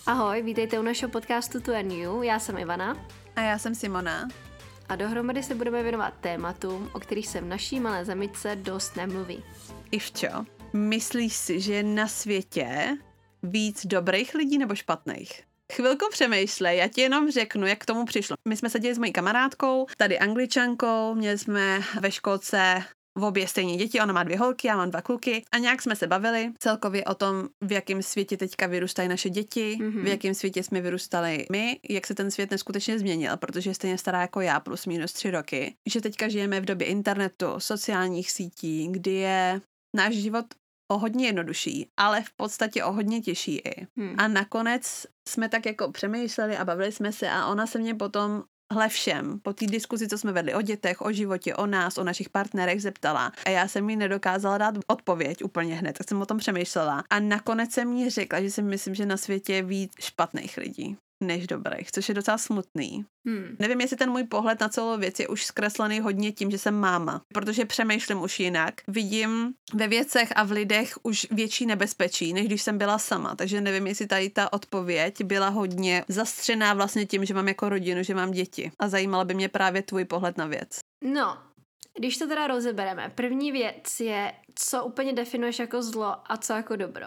Ahoj, vítejte u našeho podcastu To and You. Já jsem Ivana. A já jsem Simona. A dohromady se budeme věnovat tématům, o kterých se v naší malé zemičce dost nemluví. Ivčo, myslíš si, že je na světě víc dobrých lidí nebo špatných? Chvilku přemýšlej, já ti jenom řeknu, jak k tomu přišlo. My jsme seděli s mojí kamarádkou, tady Angličankou, měli jsme ve školce v obě stejné děti, ona má 2 holky, já mám 2 kluky a nějak jsme se bavili celkově o tom, v jakém světě teďka vyrůstají naše děti, v jakém světě jsme vyrůstali my, jak se ten svět neskutečně změnil, protože je stejně stará jako já, plus minus 3 roky, že teďka žijeme v době internetu, sociálních sítí, kdy je náš život o hodně jednodušší, ale v podstatě o hodně těžší i. A nakonec jsme tak jako přemýšleli a bavili jsme se a ona se mě potom všem, po té diskuzi, co jsme vedli o dětech, o životě, o nás, o našich partnerech zeptala a já jsem jí nedokázala dát odpověď úplně hned, tak jsem o tom přemýšlela a nakonec jsem jí řekla, že si myslím, že na světě je víc špatných lidí než dobrých, což je docela smutný. Nevím, jestli ten můj pohled na celou věc je už zkreslený hodně tím, že jsem máma, protože přemýšlím už jinak. Vidím ve věcech a v lidech už větší nebezpečí, než když jsem byla sama, takže nevím, jestli tady ta odpověď byla hodně zastřená vlastně tím, že mám jako rodinu, že mám děti a zajímala by mě právě tvůj pohled na věc. No, když to teda rozebereme, první věc je, co úplně definuješ jako zlo a co jako dobro.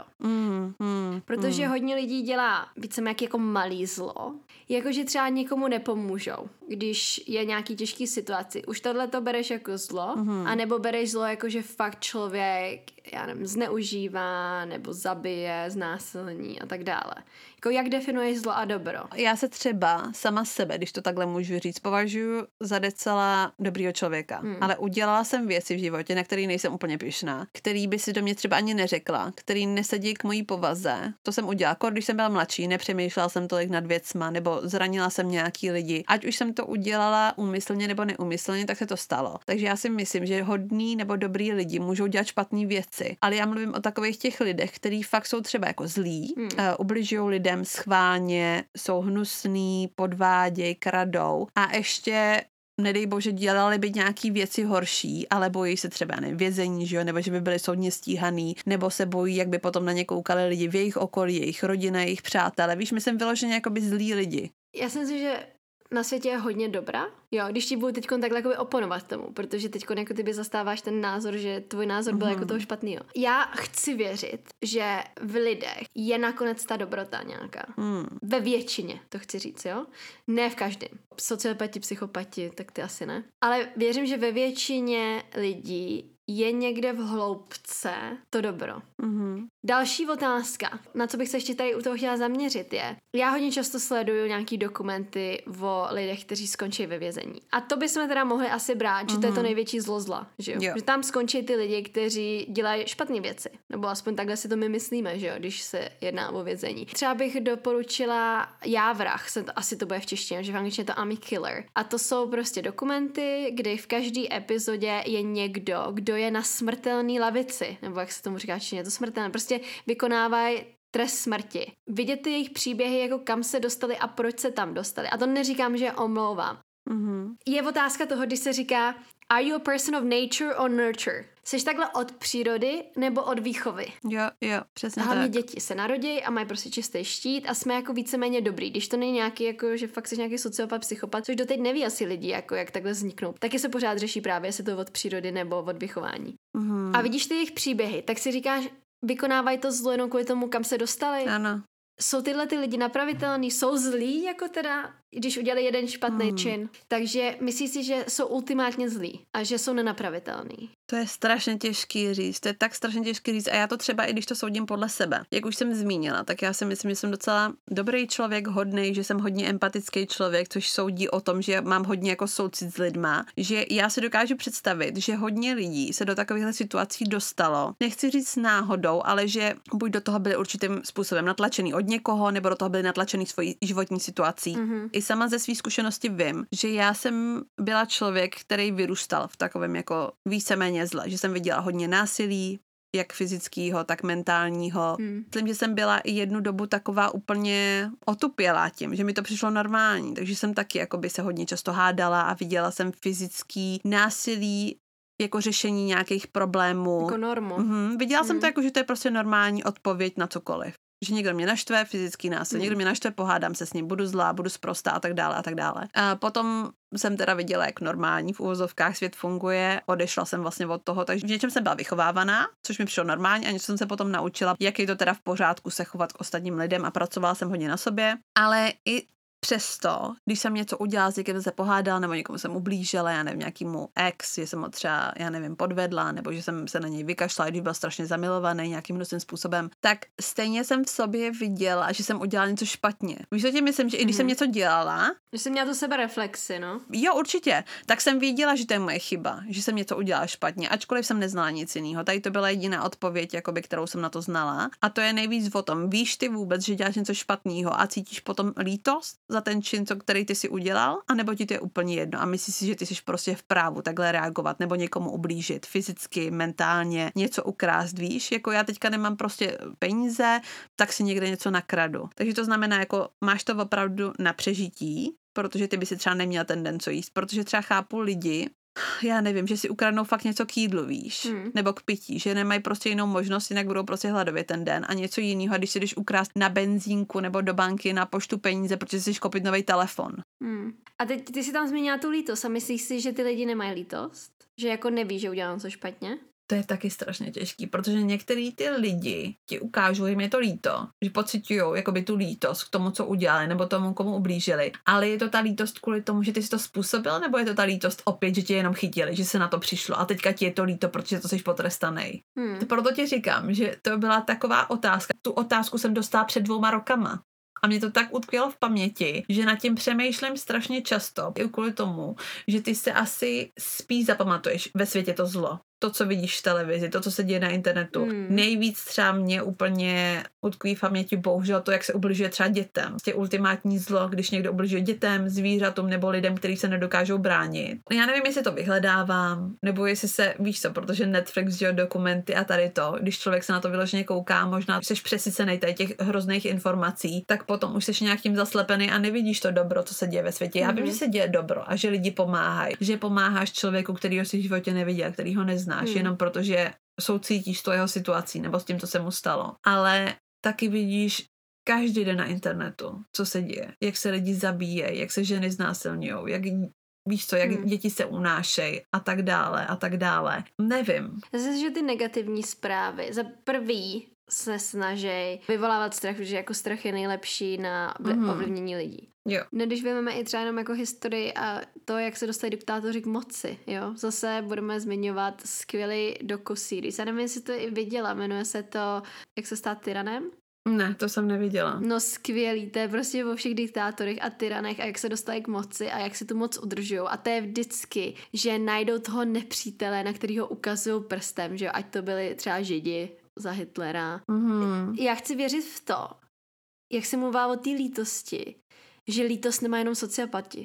Protože hodně lidí dělá víceméně jako malý zlo, jakože třeba někomu nepomůžou, když je nějaký těžký situaci. Už tohle to bereš jako zlo, anebo bereš zlo jako, že fakt člověk, já nevím, zneužívá, nebo zabije, znásilní a tak dále. Jako jak definuješ zlo a dobro? Já se třeba sama sebe, když to takhle můžu říct, považuji za docela dobrýho člověka. Ale udělala jsem věci v životě, na který nejsem úplně pyšná, který by si do mě třeba ani neřekla, který nesedí k mojí povaze. To jsem udělala, když jsem byla mladší, nepřemýšlela jsem tolik nad věcma, nebo zranila jsem nějaký lidi. Ať už jsem to udělala úmyslně nebo neúmyslně, tak se to stalo. Takže já si myslím, že hodný nebo dobrý lidi můžou dělat špatné věci. Ale já mluvím o takových těch lidech, kteří fakt jsou třeba jako zlí, ubližují lidem schválně, jsou hnusný, podvádějí, kradou a ještě nedej bože, dělali by nějaký věci horší, ale bojí se třeba vězení, že jo, nebo že by byli soudně stíhaný, nebo se bojí, jak by potom na ně koukali lidi v jejich okolí, jejich rodina, jejich přátelé. Víš, myslím vyloženě jakoby zlí lidi. Já si myslím, že na světě je hodně dobra, jo, když ti budu teďkon takhle jakoby oponovat tomu, protože teďkon jako ty by zastáváš ten názor, že tvůj názor byl jako toho špatnýho. Já chci věřit, že v lidech je nakonec ta dobrota nějaká. Ve většině, to chci říct, jo. Ne v každém. Sociopati, psychopati, tak ty asi ne. Ale věřím, že ve většině lidí je někde v hloubce to dobro. Další otázka, na co bych se ještě tady u toho chtěla zaměřit je, já hodně často sleduju nějaký dokumenty o lidech, kteří skončí ve vězení. A to bychom teda mohli asi brát, že to je to největší zlo zla, že jo? Že tam skončí ty lidi, kteří dělají špatné věci. Nebo aspoň takhle si to my myslíme, že jo, když se jedná o vězení. Třeba bych doporučila Jávrah, asi to bude v češtině, že v angličtině je to Amy Killer. A to jsou prostě dokumenty, kdy v každé epizodě je někdo, kdo je na smrtelné lavici, nebo jak se tomu říká, či je to smrtelné, prostě vykonávají trest smrti. Vidět ty jejich příběhy, jako kam se dostali a proč se tam dostali. A to neříkám, že je omlouvám. Je otázka toho, když se říká are you a person of nature or nurture? Jsi takhle od přírody nebo od výchovy? Jo, přesně hlavně tak. děti se narodí a mají prostě čistý štít a jsme jako víceméně dobrý. Když to není nějaký, jako, že fakt jsi nějaký sociopat, psychopat, což doteď neví asi lidi, jako jak takhle vzniknou. Taky se pořád řeší právě, jestli to od přírody nebo od vychování. A vidíš ty jejich příběhy, tak si říkáš, vykonávají to zlo jenom kvůli tomu, kam se dostali? Ano. Jsou tyhle ty lidi napravitelný? Jsou zlí, jako teda, když udělali jeden špatný čin? Takže myslíš si, že jsou ultimátně zlí a že jsou nenapravitelný? To je strašně těžký říct, to je tak strašně těžký říct a já to třeba i když to soudím podle sebe. Jak už jsem zmínila, tak já si myslím, že jsem docela dobrý člověk, hodnej, že jsem hodně empatický člověk, což soudí o tom, že mám hodně jako soucit s lidma, že já si dokážu představit, že hodně lidí se do takovýchhle situací dostalo. Nechci říct náhodou, ale že buď do toho byli určitým způsobem natlačený od někoho, nebo do toho byli natlačený svojí životní situací. I sama ze své zkušenosti vím, že já jsem byla člověk, který vyrůstal v takovém jako víceméně zle, že jsem viděla hodně násilí, jak fyzického, tak mentálního. Myslím, že jsem byla i jednu dobu taková úplně otupělá tím, že mi to přišlo normální, takže jsem taky jakoby se hodně často hádala a viděla jsem fyzický násilí jako řešení nějakých problémů. Jako normu. Viděla jsem to jako, že to je prostě normální odpověď na cokoliv. že někdo mě naštve, fyzický násilí, někdo mě naštve, pohádám se s ním, budu zlá, budu sprostá a tak dále a tak dále. A potom jsem teda viděla, jak normální v uvozovkách svět funguje, odešla jsem vlastně od toho, takže v něčem jsem byla vychovávaná, což mi přišlo normální a něco jsem se potom naučila, jak je to teda v pořádku se chovat k ostatním lidem a pracovala jsem hodně na sobě, ale i přesto, když jsem něco udělala, s někým se pohádala, nebo někomu jsem ublížila, já nevím, nějakému ex, že jsem ho třeba, já nevím, podvedla, nebo že jsem se na něj vykašla, když byl strašně zamilovaný nějakým hnusným způsobem, tak stejně jsem v sobě viděla, že jsem udělala něco špatně. Víš, co tím myslím, že i když jsem něco dělala, že jsem měla tu sebereflexi, no? Jo, určitě. Tak jsem věděla, že to je moje chyba, že jsem něco udělala špatně, ačkoliv jsem neznala nic jiného. Tady to byla jediná odpověď, jakoby, kterou jsem na to znala. A to je nejvíc o tom, víš ty vůbec, že děláš něco špatného a cítíš potom lítost za ten čin, který ty si udělal, anebo ti to je úplně jedno a myslíš si, že ty jsi prostě v právu takhle reagovat nebo někomu ublížit fyzicky, mentálně, něco ukrást, víš? Jako já teďka nemám prostě peníze, tak si někde něco nakradu. Takže to znamená, jako máš to opravdu na přežití, protože ty by si třeba neměla ten den co jíst, protože třeba chápu lidi, já nevím, že si ukradnou fakt něco k jídlu, víš, nebo k pití, že nemají prostě jinou možnost, jinak budou prostě hladově ten den a něco jiného, a když si jdeš ukrást na benzínku nebo do banky na poštu peníze, protože si jdeš koupit nový telefon. A teď ty si tam zmínila tu lítost a myslíš si, že ty lidi nemají lítost? Že jako neví, že udělám něco špatně? To je taky strašně těžký, protože některý ty lidi ti ukážou, jim je to líto, že pociťujou jakoby tu lítost k tomu, co udělali, nebo tomu, komu ublížili. Ale je to ta lítost kvůli tomu, že ty jsi to způsobil, nebo je to ta lítost opět, že tě jenom chytili, že se na to přišlo a teďka ti je to líto, protože to jsi potrestanej. Proto ti říkám, že to byla taková otázka. Tu otázku jsem dostala před 2 rokama. A mě to tak utkvělo v paměti, že nad tím přemýšlím strašně často. I kvůli tomu, že ty se asi spíš zapamatuješ ve světě to zlo. To, co vidíš v televizi, to, co se děje na internetu. Nejvíc třeba mě úplně utkví v paměti bohužel to, jak se ubližuje třeba dětem. Je ultimátní zlo, když někdo ubližuje dětem, zvířatům nebo lidem, kteří se nedokážou bránit. Já nevím, jestli to vyhledávám, nebo jestli se, víš co, protože Netflix, že dokumenty a tady to, když člověk se na to vyloženě kouká, možná jsi přesycený tady těch hrozných informací, tak potom už jsi nějak tím zaslepený a nevidíš to dobro, co se děje ve světě. Já vím, že se děje dobro a že lidi pomáhají, že pomáháš člověku, kterýho jsi v životě neviděl, který ho nezná. Jenom protože soucítíš s tou jeho situací nebo s tím, co se mu stalo. Ale taky vidíš každý den na internetu, co se děje, jak se lidi zabíjejí, jak se ženy znásilňujou, jak víš co, jak děti se unášejí a tak dále a tak dále. Nevím. Já si myslím, že ty negativní zprávy za prvý se snaží vyvolávat strach, protože jako strach je nejlepší na ovlivnění lidí. Jo. No, když vezmeme i třeba jenom jako historii a to, jak se dostali diktátoři k moci, jo. Zase budeme zmiňovat skvělý doku-series. Já nevím, jestli to i viděla, jmenuje se to Jak se stát tyranem? Ne, to jsem neviděla. No skvělý, to je prostě o všech diktátorech a tyranech a jak se dostali k moci a jak si tu moc udržujou. A to je vždycky, že najdou toho nepřítele, na kterýho ukazují prstem, že jo, ať to byli třeba Židi za Hitlera. Já chci věřit v to, jak se mluvá o té lítosti, že lítost nemá jenom sociopati.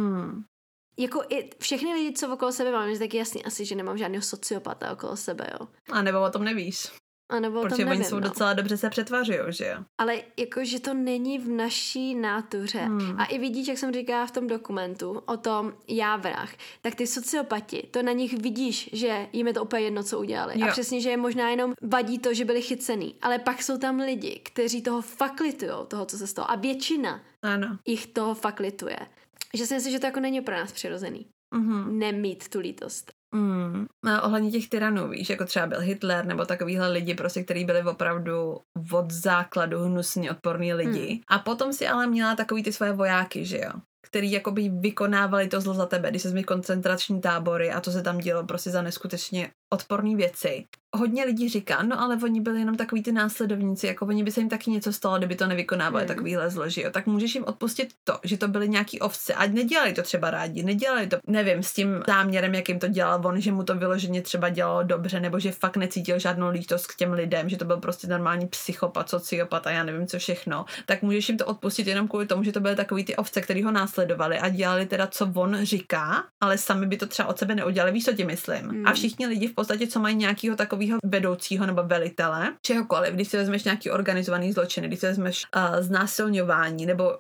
Jako i všechny lidi, co okolo sebe mám, je taky jasný asi, že nemám žádného sociopata okolo sebe, jo. A nebo o tom nevíš. A nebo protože oni jsou docela dobře se přetvařují, že jo? Ale jako, že to není v naší nátuře. A i vidíš, jak jsem říkala v tom dokumentu o tom já vrah, tak ty sociopati, to na nich vidíš, že jim je to úplně jedno, co udělali. Jo. A přesně, že je možná jenom vadí to, že byli chycený. Ale pak jsou tam lidi, kteří toho fakt litujou, toho, co se stalo. A většina jich toho fakt lituje. Že si myslím, že to jako není pro nás přirozený. Nemít tu lítost. No, ohledně těch tyranů, víš, jako třeba byl Hitler nebo takovýhle lidi, prostě, kteří byli opravdu od základu hnusně odporní lidi. A potom si ale měla takový ty svoje vojáky, že jo? Který jakoby vykonávali to zlo za tebe, když se zmi koncentrační tábory a to se tam dělo prostě za neskutečně odporné věci. Hodně lidí říká, no ale oni byli jenom takový ty následovníci, jako oni by se jim taky něco stalo, kdyby to nevykonávali takovýhle zlo, že jo. Tak můžeš jim odpustit to, že to byly nějaký ovce, ať nedělali to třeba rádi, nedělali to, nevím, s tím záměrem, jakým to dělal on, že mu to vyloženě třeba dělalo dobře, nebo že fakt necítil žádnou lítost k těm lidem, že to byl prostě normální psychopat, sociopat a já nevím co všechno. Tak můžeš jim to odpustit jenom kvůli tomu, že to byly takový ty ovce, který ho následovali a dělali teda, co on říká, ale sami by to třeba od sebe neudělali, víš, co ti myslím. A všichni lidi v podstatě, co mají nějakého takového vedoucího nebo velitele, čehokoliv, když si vezmeš nějaký organizovaný zločiny, když si vezmeš znásilňování nebo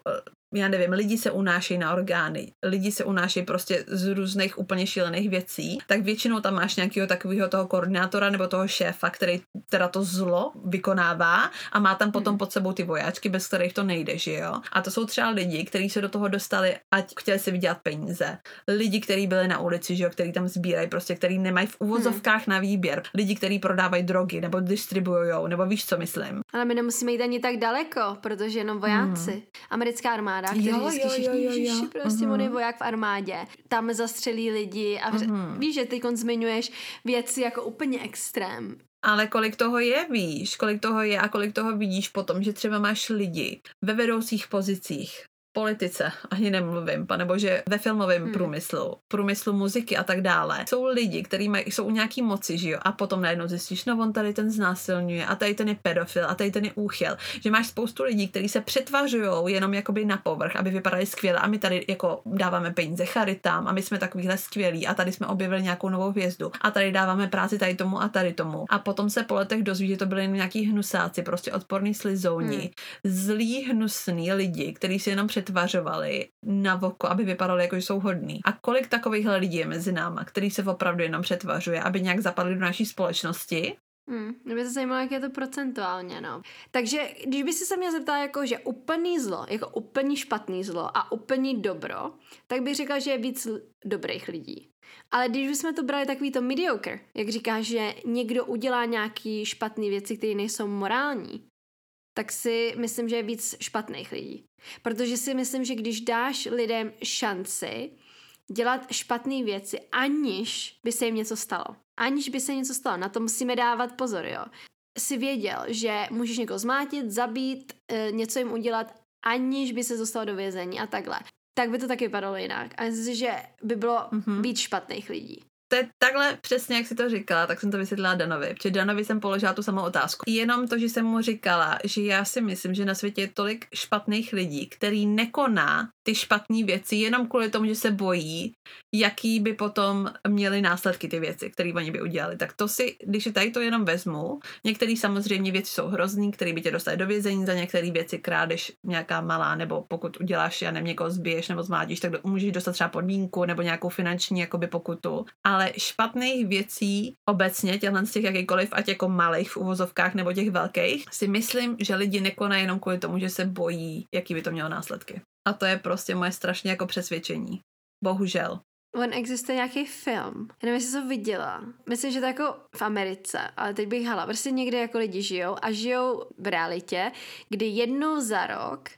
já nevím, lidi se unášejí na orgány, lidi se unášejí prostě z různých úplně šílených věcí, tak většinou tam máš nějakého takového toho koordinátora nebo toho šéfa, který teda to zlo vykonává a má tam potom pod sebou ty vojáčky, bez kterých to nejde, že jo? A to jsou třeba lidi, kteří se do toho dostali, ať chtěli si vydělat peníze. Lidi, kteří byli na ulici, že jo, kteří tam sbírají, prostě kteří nemají v uvozovkách na výběr. Lidi, kteří prodávají drogy nebo distribuujou, nebo víš, co myslím. Ale my nemusíme jít ani tak daleko, protože jenom vojáci. Americká armáda, kteří vždycky všichni, prostě on je voják v armádě. Tam zastřelí lidi a víš, že teď zmiňuješ věci jako úplně extrém. Ale kolik toho je, víš, kolik toho je a kolik toho vidíš potom, že třeba máš lidi ve vedoucích pozicích, politice, ani nemluvím, panebože ve filmovém průmyslu muziky a tak dále. Jsou lidi, kteří jsou u nějaký moci, že jo, a potom najednou zjistíš, no on tady ten znásilňuje a tady ten je pedofil a tady ten je úchyl, že máš spoustu lidí, kteří se přetvařují jenom jakoby na povrch, aby vypadali skvěle a my tady jako dáváme peníze charitám a my jsme takovýhle skvělí a tady jsme objevili nějakou novou hvězdu a tady dáváme práci tady tomu a tady tomu a potom se po letech dozví, že to byli nějaký hnusáci, prostě odporní slizouni, zlí hnusný lidi, kteří si jenom přetvařovali na oko, aby vypadali jako, že jsou hodní. A kolik takových lidí je mezi náma, který se opravdu jenom přetvařuje, aby nějak zapadli do naší společnosti? Mě by se zajímalo, jak je to procentuálně, no. Takže, když by si se mě zeptala, jako, že úplný zlo, jako úplný špatný zlo a úplný dobro, tak bych řekla, že je víc dobrých lidí. Ale když bychom to brali takový to mediocre, jak říkáš, že někdo udělá nějaký špatný věci, které nejsou morální, tak si myslím, že je víc špatných lidí. Protože si myslím, že když dáš lidem šanci dělat špatné věci, aniž by se jim něco stalo. Aniž by se něco stalo. Na to musíme dávat pozor, jo. Jsi věděl, že můžeš někoho zmátit, zabít, něco jim udělat, aniž by se dostal do vězení a takhle. Tak by to taky vypadalo jinak. A myslím si, že by bylo víc špatných lidí. To je takhle přesně, jak jsi to říkala, tak jsem to vysvětlila Danovi. Protože Danovi jsem položila tu samou otázku. Jenom to, že jsem mu říkala, že já si myslím, že na světě je tolik špatných lidí, který nekoná ty špatné věci jenom kvůli tomu, že se bojí, jaký by potom měly následky ty věci, které oni by udělali. Tak to si, když si tady to jenom vezmu, některé samozřejmě věci jsou hrozný, které by tě dostali do vězení, za některé věci krádež nějaká malá, nebo pokud uděláš, já nevím, někoho zbiješ nebo zmlátíš, tak můžeš dostat třeba podmínku nebo nějakou finanční jakoby pokutu. Ale špatných věcí obecně, těchhle z těch jakýkoliv, ať jako malých v uvozovkách nebo těch velkých, si myslím, že lidi nekonají jenom kvůli tomu, že se bojí, jaký by to mělo následky. A to je prostě moje strašně jako přesvědčení. Bohužel. On existuje nějaký film. Já nevím, jestli to viděla. Myslím, že to jako v Americe, ale teď bych hala. Prostě někde jako lidi žijou a žijou v realitě, kdy jednou za rok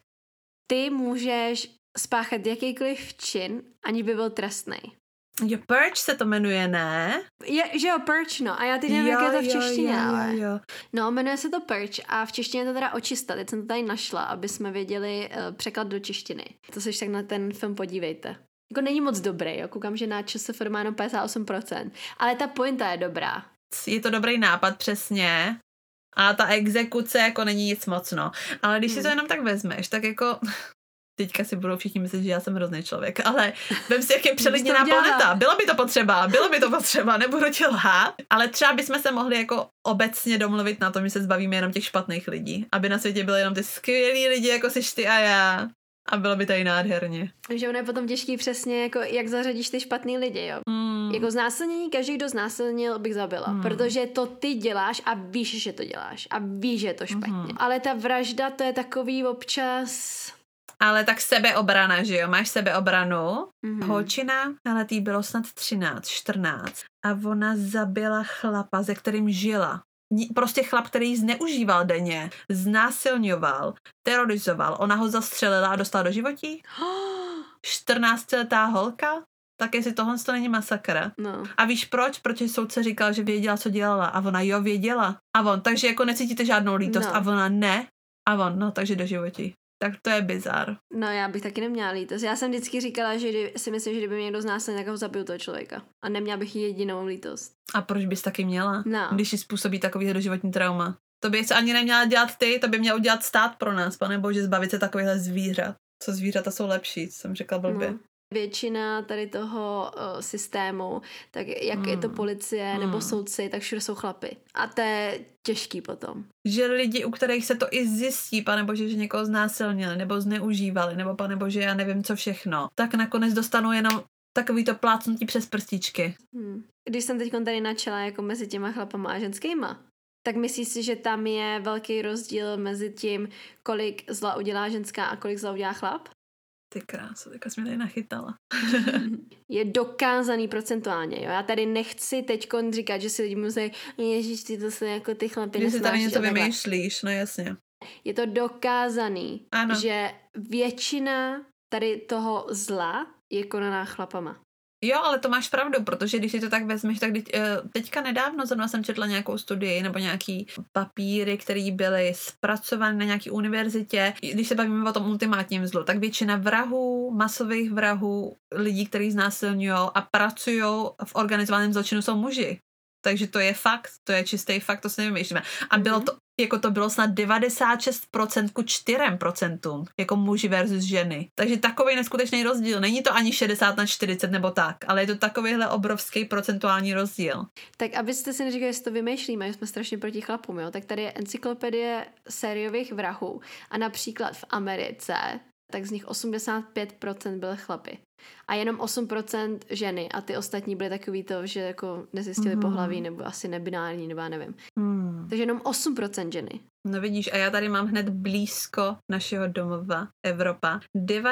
ty můžeš spáchat jakýkoliv čin, aniž by byl trestnej. Jo, Purge se to jmenuje, ne? Že jo, Purge, no. A já teď nevím, jak je to v češtině, ale... Jo. No, jmenuje se to Purge a v češtině je to teda Očista. Teď jsem to tady našla, aby jsme věděli překlad do češtiny. To se tak na ten film podívejte. Jako není moc dobrý, jo. Koukám, že na ČSFR má jenom 58%. Ale ta pointa je dobrá. Je to dobrý nápad, přesně. A ta exekuce jako není nic moc, no. Ale když si to jenom tak vezmeš, tak jako... Teďka si budou všichni myslet, že já jsem hrozný člověk, ale vem si, jak je přelidněná planeta. Bylo by to potřeba, nebudu ti lhát. Ale třeba bychom se mohli jako obecně domluvit na tom, že se zbavíme jenom těch špatných lidí. Aby na světě byly jenom ty skvělí lidi, jako jsi ty a já. A bylo by tady nádherně. Že ono je potom těžký přesně, jako jak zařadíš ty špatný lidi, jo. Jako znásilnění, každý, kdo znásilnil, bych zabila. Protože to ty děláš a víš, že to děláš. A víš, že je to špatně. Ale ta vražda, to je takový občas... Ale tak sebeobrana, že jo? Máš sebeobranu. Holčina, ale tý bylo snad 13, 14. A ona zabila chlapa, se kterým žila. Prostě chlap, který ji zneužíval denně, znásilňoval, terorizoval. Ona ho zastřelila a dostala do životí. 14letá holka? Tak jestli tohle to není masakr. No. A víš proč? Protože soudce říkal, že věděla, co dělala. A ona jo, věděla. A on, takže jako necítíte žádnou lítost. No. A ona ne. A on, no, takže do životí. Tak to je bizar. No já bych taky neměla lítost. Já jsem vždycky říkala, že si myslím, že kdyby mě někdo znásilnil, tak ho zabiju toho člověka. A neměla bych jedinou lítost. A proč bys taky měla? No. Když ji způsobí takovýhle doživotní trauma. To by ani neměla dělat ty, to by měl udělat stát pro nás, pane bože, zbavit se takovýchhle zvířat. Co zvířata jsou lepší, jsem řekla blbě. No. většina tady toho systému, tak jak je to policie nebo soudci, tak všude jsou chlapy. A to je těžký potom. Že lidi, u kterých se to i zjistí, panebože, že někoho znásilnili nebo zneužívali, nebo panebože, já nevím co všechno, tak nakonec dostanou jenom takový to plácnutí přes prstičky. Když jsem teď tady načala jako mezi těma chlapama a ženskýma, tak myslíš si, že tam je velký rozdíl mezi tím, kolik zla udělá ženská a kolik zla udělá chlap? Ty krásu, teďka jsi mě tady nachytala. Je dokázaný procentuálně, jo. Já tady nechci teďkon říkat, že si lidi musí, ježiš, ty to jsou jako ty chlapy nesnáší. Že si tady něco vymýšlíš, no jasně. Je to dokázaný, že většina tady toho zla je konaná chlapama. Jo, ale to máš pravdu, protože když si to tak vezmeš, tak teďka nedávno zrovna jsem četla nějakou studii nebo nějaký papíry, které byly zpracovány na nějaký univerzitě. Když se bavíme o tom ultimátním zlu, tak většina vrahů, masových vrahů, lidí, kteří znásilňujou a pracují v organizovaném zločinu, jsou muži. Takže to je fakt, to je čistý fakt, to si nevymýšlíme. A bylo to, jako to bylo snad 96% ku 4%, jako muži versus ženy. Takže takový neskutečný rozdíl. Není to ani 60/40 nebo tak, ale je to takovýhle obrovský procentuální rozdíl. Tak abyste si neříkali, že si to vymýšlíme, že jsme strašně proti chlapům, jo? Tak tady je encyklopedie sériových vrahů a například v Americe, tak z nich 85% byly chlapy. A jenom 8% ženy a ty ostatní byly takový to, že jako nezjistili pohlaví nebo asi nebinární, nebo já nevím. Takže jenom 8% ženy. No vidíš, a já tady mám hned blízko našeho domova, Evropa.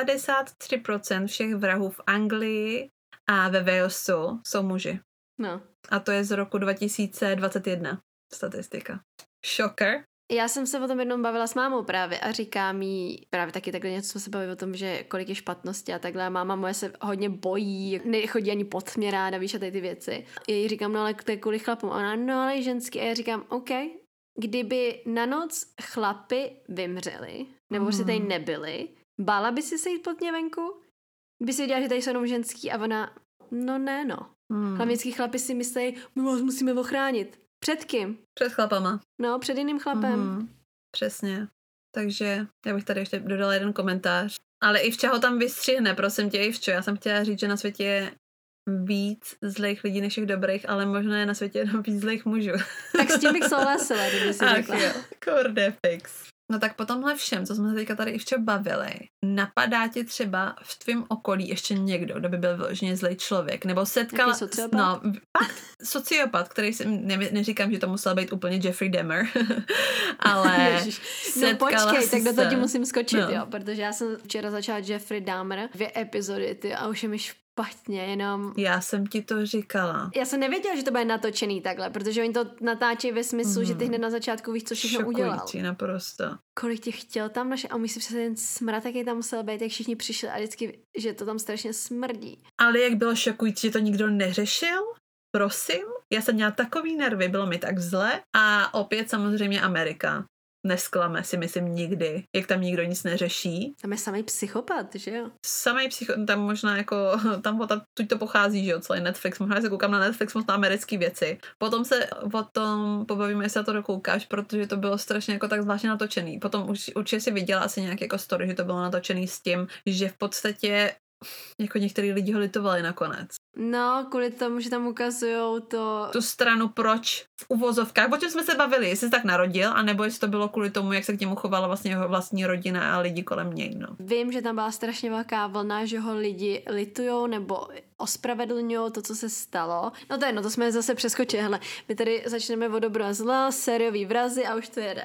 93% všech vrahů v Anglii a ve Walesu jsou muži. No. A to je z roku 2021 statistika. Shocker. Já jsem se o tom jednou bavila s mámou právě a říkám jí, právě taky takhle něco jsme se bavili o tom, že kolik je špatnosti a takhle. Máma moje se hodně bojí, nechodí ani pod mě ráda, víš, a tady ty věci. Já jí říkám, no ale to je kvůli chlapům. A ona, no ale ženský. A já říkám, OK, kdyby na noc chlapy vymřeli, nebo prostě tady nebyli, bála by si se jít pod mě venku? Kdyby si věděla, že tady jsou jenom ženský a ona, no ne, no. Hlavnický chlapi si myslí, my vás musíme ochránit. Před kým? Před chlapama. No, před jiným chlapem. Přesně. Takže já bych tady ještě dodala jeden komentář. Ale Ivča ho tam vystřihne, prosím tě, Ivčo. Já jsem chtěla říct, že na světě je víc zlých lidí než těch dobrých, ale možná je na světě jenom víc zlých mužů. Tak s tím bych souhlasila, kdyby si řekla. Ach jo, kurde fix. No tak po tomhle všem, co jsme se teďka tady ještě bavili, napadá ti třeba v tvém okolí ještě někdo, kdo by byl vyloženě zlej člověk, nebo setkala... Sociopat? No, fakt, sociopat, který si, neříkám, že to musel být úplně Jeffrey Dahmer, ale no počkej, tak do toho ti musím skočit, no. Jo, protože já jsem včera začala Jeffrey Dahmer 2 epizody, ty, a už je mi špatně, jenom... Já jsem ti to říkala. Já jsem nevěděla, že to bude natočený takhle, protože oni to natáčejí ve smyslu, že ty hned na začátku víš, co všechno udělal. Šokující naprosto. Kolik těch chtěl tam naše, a umíš si přesně ten smrad, jaký tam musel být, jak všichni přišli a vždycky, že to tam strašně smrdí. Ale jak bylo šokující, že to nikdo neřešil? Prosím? Já jsem měla takový nervy, bylo mi tak zle. A opět samozřejmě Amerika. Nesklame si, myslím, nikdy, jak tam nikdo nic neřeší. Tam je samý psychopat, že jo? Samý psychopat, tam možná jako, tuď to pochází, že jo, celý Netflix, možná se koukám na Netflix moc na americké věci. Potom se o tom pobavíme, jestli to dokoukáš, protože to bylo strašně jako tak zvláštně natočený. Potom určitě si viděla asi nějak jako story, že to bylo natočený s tím, že v podstatě jako některý lidi ho litovali nakonec. No, kvůli tomu, že tam ukazujou tu stranu, proč v uvozovkách, o čem jsme se bavili, jestli se tak narodil, anebo jestli to bylo kvůli tomu, jak se k němu chovala vlastně jeho vlastní rodina a lidi kolem něj, no. Vím, že tam byla strašně velká vlna, že ho lidi litujou nebo ospravedlňují to, co se stalo. No to je, no to jsme zase přeskočili, hele, my tady začneme od dobro a zla, sériový vrazy a už to jede.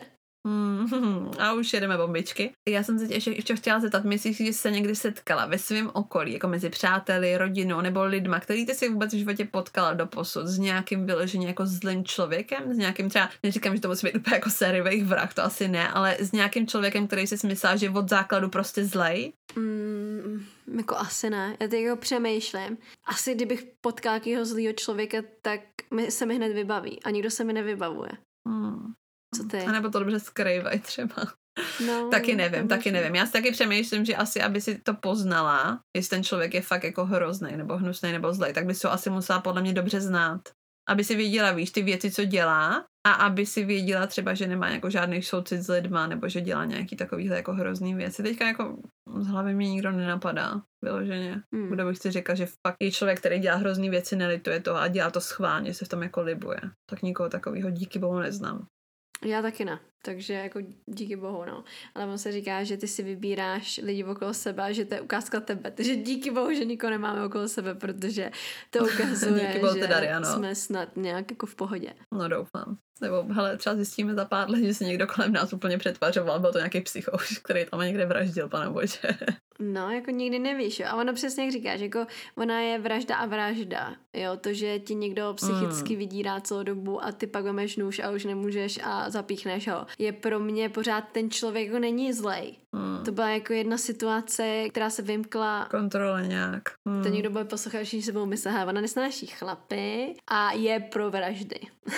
A už jedeme bombičky. Já jsem se tě ještě chtěla zeptat, myslíš, že jsi se někdy setkala ve svém okolí, jako mezi přáteli, rodinou nebo lidma, který ty si vůbec v životě potkala doposud s nějakým vyloženě jako zlým člověkem, s nějakým třeba, neříkám, že to musí být úplně jako sériových vrah, to asi ne, ale s nějakým člověkem, který si myslela, že je od základu prostě zlej? Jako asi ne. Já teď jako přemýšlím. Asi kdybych potkala jakýho zlýho člověka, tak se mi hned vybaví a nikdo se mi nevybavuje. Co ty? A nebo to dobře skrývají třeba. No, taky nevím. Já si taky přemýšlím, že asi, aby si to poznala, jestli ten člověk je fakt jako hrozný, nebo hnusný, nebo zlej, tak by si ho asi musela podle mě dobře znát. Aby si věděla, víš, ty věci, co dělá, a aby si věděla třeba, že nemá jako žádný soucit s lidma, nebo že dělá nějaký takovýhle jako hrozný věci. Teďka jako z hlavy mi nikdo nenapadá, vyloženě. Kdo bych si řekla, že fakt je člověk, který dělá hrozný věci, nelituje to a dělá to schválně, se v tom jako libuje. Tak nikoho takového díky bohu neznám. Já taky ne, takže jako díky bohu, no. Ale on se říká, že ty si vybíráš lidi okolo sebe a že to je ukázka tebe. Takže díky bohu, že nikoho nemáme okolo sebe, protože to ukazuje, že Daria, jsme snad nějak jako v pohodě. No doufám. Nebo hele, třeba zjistíme za pár let, že se někdo kolem nás úplně přetvařoval, byl to nějaký psychoš, který tam někde vraždil, panebože. No, jako nikdy nevíš, jo. A ono přesně jak říkáš, jako ona je vražda a vražda, jo. To, že ti někdo psychicky vydírá celou dobu a ty pak vemeš nůž a už nemůžeš a zapíchneš ho, je pro mě pořád ten člověk jako není zlej. To byla jako jedna situace, která se vymkla kontrole nějak. To někdo bude poslouchat, že se budou myslet, ona nesnáší chlapy a je pro vraždy.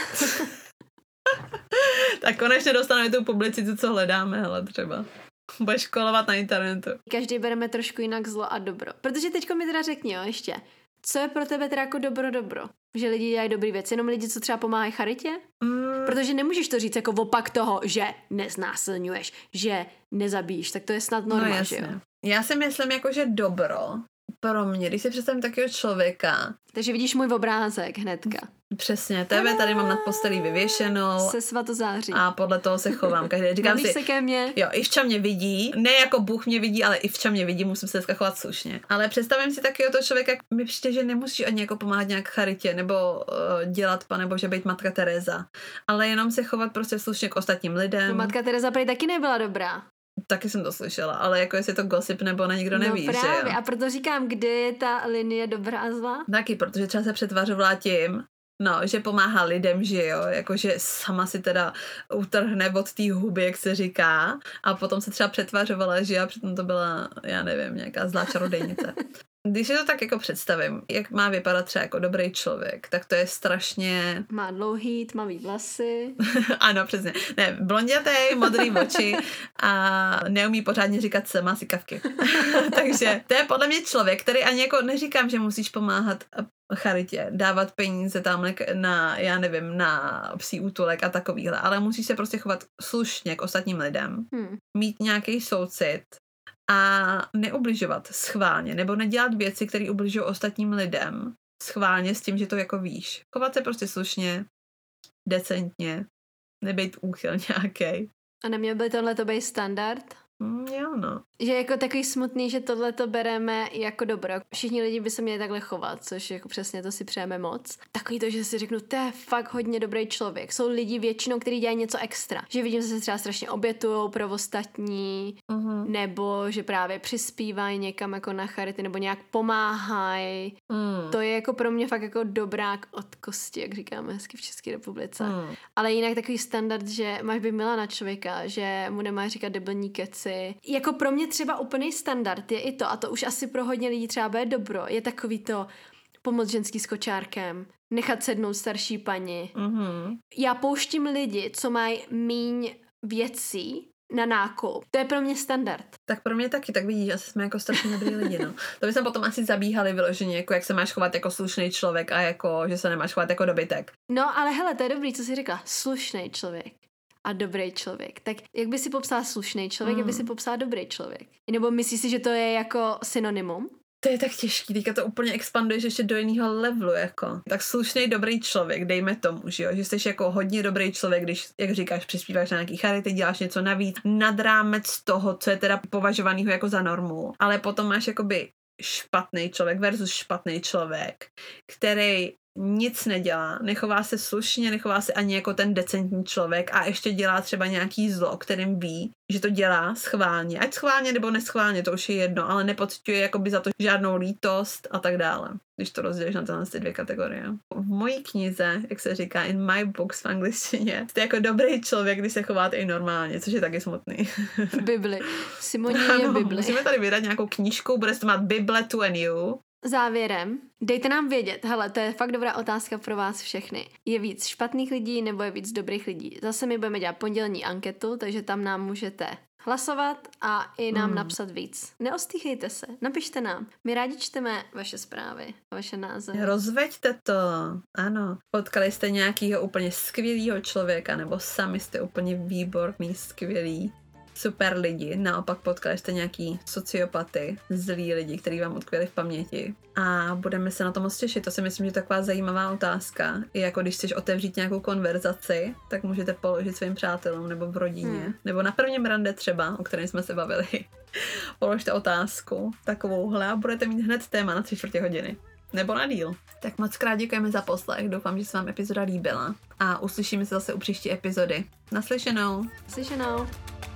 Tak konečně dostaneme tu publicitu, co hledáme, hele, třeba. Budeš školovat na internetu. Každý bereme trošku jinak zlo a dobro. Protože teďko mi teda řekni, jo, ještě. Co je pro tebe teda jako dobro? Že lidi dělají dobrý věci, jenom lidi, co třeba pomáhají charitě? Protože nemůžeš to říct jako opak toho, že neznásilňuješ, že nezabíjíš, tak to je snad norma, že jo? Já si myslím jako, že dobro pro mě, když si představím takového člověka. Takže vidíš můj obrázek hnedka. Přesně, tebe tady mám nad postelí vyvěšenou. Se svatozáří. A podle toho se chovám. Každý říkám si, se ke mně. Jo, Ivča mě vidí, ne jako Bůh mě vidí, ale Ivča mě vidí, musím se dneska chovat slušně. Ale představím si takového toho člověka, mi přijde, že nemusíš ani jako pomáhat nějak charitě, nebo dělat, panebože, být Matka Teresa. Ale jenom se chovat prostě slušně k ostatním lidem. No, Matka Teresa prý taky nebyla dobrá. Taky jsem to slyšela, ale jako jestli je to gossip nebo ne, nikdo neví, právě, že jo? A proto říkám, kdy je ta linie dobrá a zlá? Taky, protože třeba se přetvařovala tím, že pomáhá lidem, že jo, jakože sama si teda utrhne od té huby, jak se říká, a potom se třeba přetvařovala, že a přitom to byla, já nevím, nějaká zlá čarodejnice. Když si to tak jako představím, jak má vypadat třeba jako dobrý člověk, tak to je strašně... Má dlouhý, tmavý vlasy. Ano, přesně. Ne, blondětej, modrý oči a neumí pořádně říkat se, má sikavky. Takže to je podle mě člověk, který ani jako neříkám, že musíš pomáhat charitě, dávat peníze tam na, já nevím, na psí útulek a takovýhle, ale musíš se prostě chovat slušně k ostatním lidem, mít nějaký soucit a neubližovat schválně, nebo nedělat věci, které ubližují ostatním lidem schválně s tím, že to jako víš. Chovat se prostě slušně, decentně, nebejt úchyl nějaký. A neměl by tohleto být standard? Jo, no. Že jako takový smutný, že tohleto bereme jako dobro. Všichni lidi by se měli takhle chovat, což jako přesně to si přejeme moc. Takový to, že si řeknu, to je fakt hodně dobrý člověk. Jsou lidi většinou, kteří dělají něco extra. Že vidím, že se třeba strašně obětujou pro ostatní, nebo že právě přispívají někam jako na charity, nebo nějak pomáhají. To je jako pro mě fakt jako dobrák od kosti, jak říkáme hezky v České republice. Ale jinak takový standard, že máš být milá na člověka, že mu nemáš říkat debilní keci. Jako pro mě třeba úplný standard je i to, a to už asi pro hodně lidí třeba bude dobro, je takový to pomoct ženský s kočárkem, nechat sednout starší paní. Já pouštím lidi, co mají míň věcí na nákup. To je pro mě standard. Tak pro mě taky, tak vidíš, asi jsme jako strašně dobrý lidi, no. To by jsme potom asi zabíhali vyloženě, jako jak se máš chovat jako slušný člověk a jako, že se nemáš chovat jako dobytek. No, ale hele, to je dobrý, co jsi řekla. Slušný člověk a dobrý člověk. Tak jak by si popsala slušný člověk, jak by si popsala dobrý člověk? Nebo myslíš si, že to je jako synonymum? To je tak těžký, teďka to úplně expanduješ ještě do jiného levelu, jako. Tak slušný, dobrý člověk, dejme tomu, že jo, že jsi jako hodně dobrý člověk, když, jak říkáš, přispíváš na nějaký charity, děláš něco navíc, nad rámec toho, co je teda považovanýho jako za normu. Ale potom máš jakoby špatný člověk versus špatný člověk, který nic nedělá, nechová se slušně, nechová se ani jako ten decentní člověk a ještě dělá třeba nějaký zlo, kterým ví, že to dělá schválně. Ať schválně nebo neschválně, to už je jedno, ale nepociťuje jakoby za to žádnou lítost a tak dále. Když to rozdělíš na ty dvě kategorie. V mojí knize, jak se říká, in my books v angličtině, jste jako dobrý člověk, když se chováte i normálně, což je taky smutný. V Bibli. Simoní je Bibli. Musíme tady vydat nějakou knížku, bude se to jmenovat Bible to a New. závěrem, dejte nám vědět, hele, to je fakt dobrá otázka pro vás všechny. Je víc špatných lidí nebo je víc dobrých lidí? Zase my budeme dělat pondělní anketu, takže tam nám můžete hlasovat a i nám napsat víc. Neostýchejte se, napište nám. My rádi čteme vaše zprávy a vaše názory. Rozveďte to, ano. Potkali jste nějakýho úplně skvělýho člověka, nebo sami jste úplně výborný, skvělý, super lidi. Naopak potkali jste nějaký sociopaty, zlí lidi, kteří vám utkvěli v paměti. A budeme se na to moc těšit. To si myslím, že je taková zajímavá otázka. I jako když chceš otevřít nějakou konverzaci, tak můžete položit svým přátelům nebo v rodině. Nebo na prvním rande třeba, o kterém jsme se bavili. Položte otázku takovouhle a budete mít hned téma na 3/4 hodiny. Nebo na díl. Tak moc krát děkujeme za poslech. Doufám, že se vám epizoda líbila. A uslyšíme se zase u příští epizody. Naslyšenou. Naslyšenou.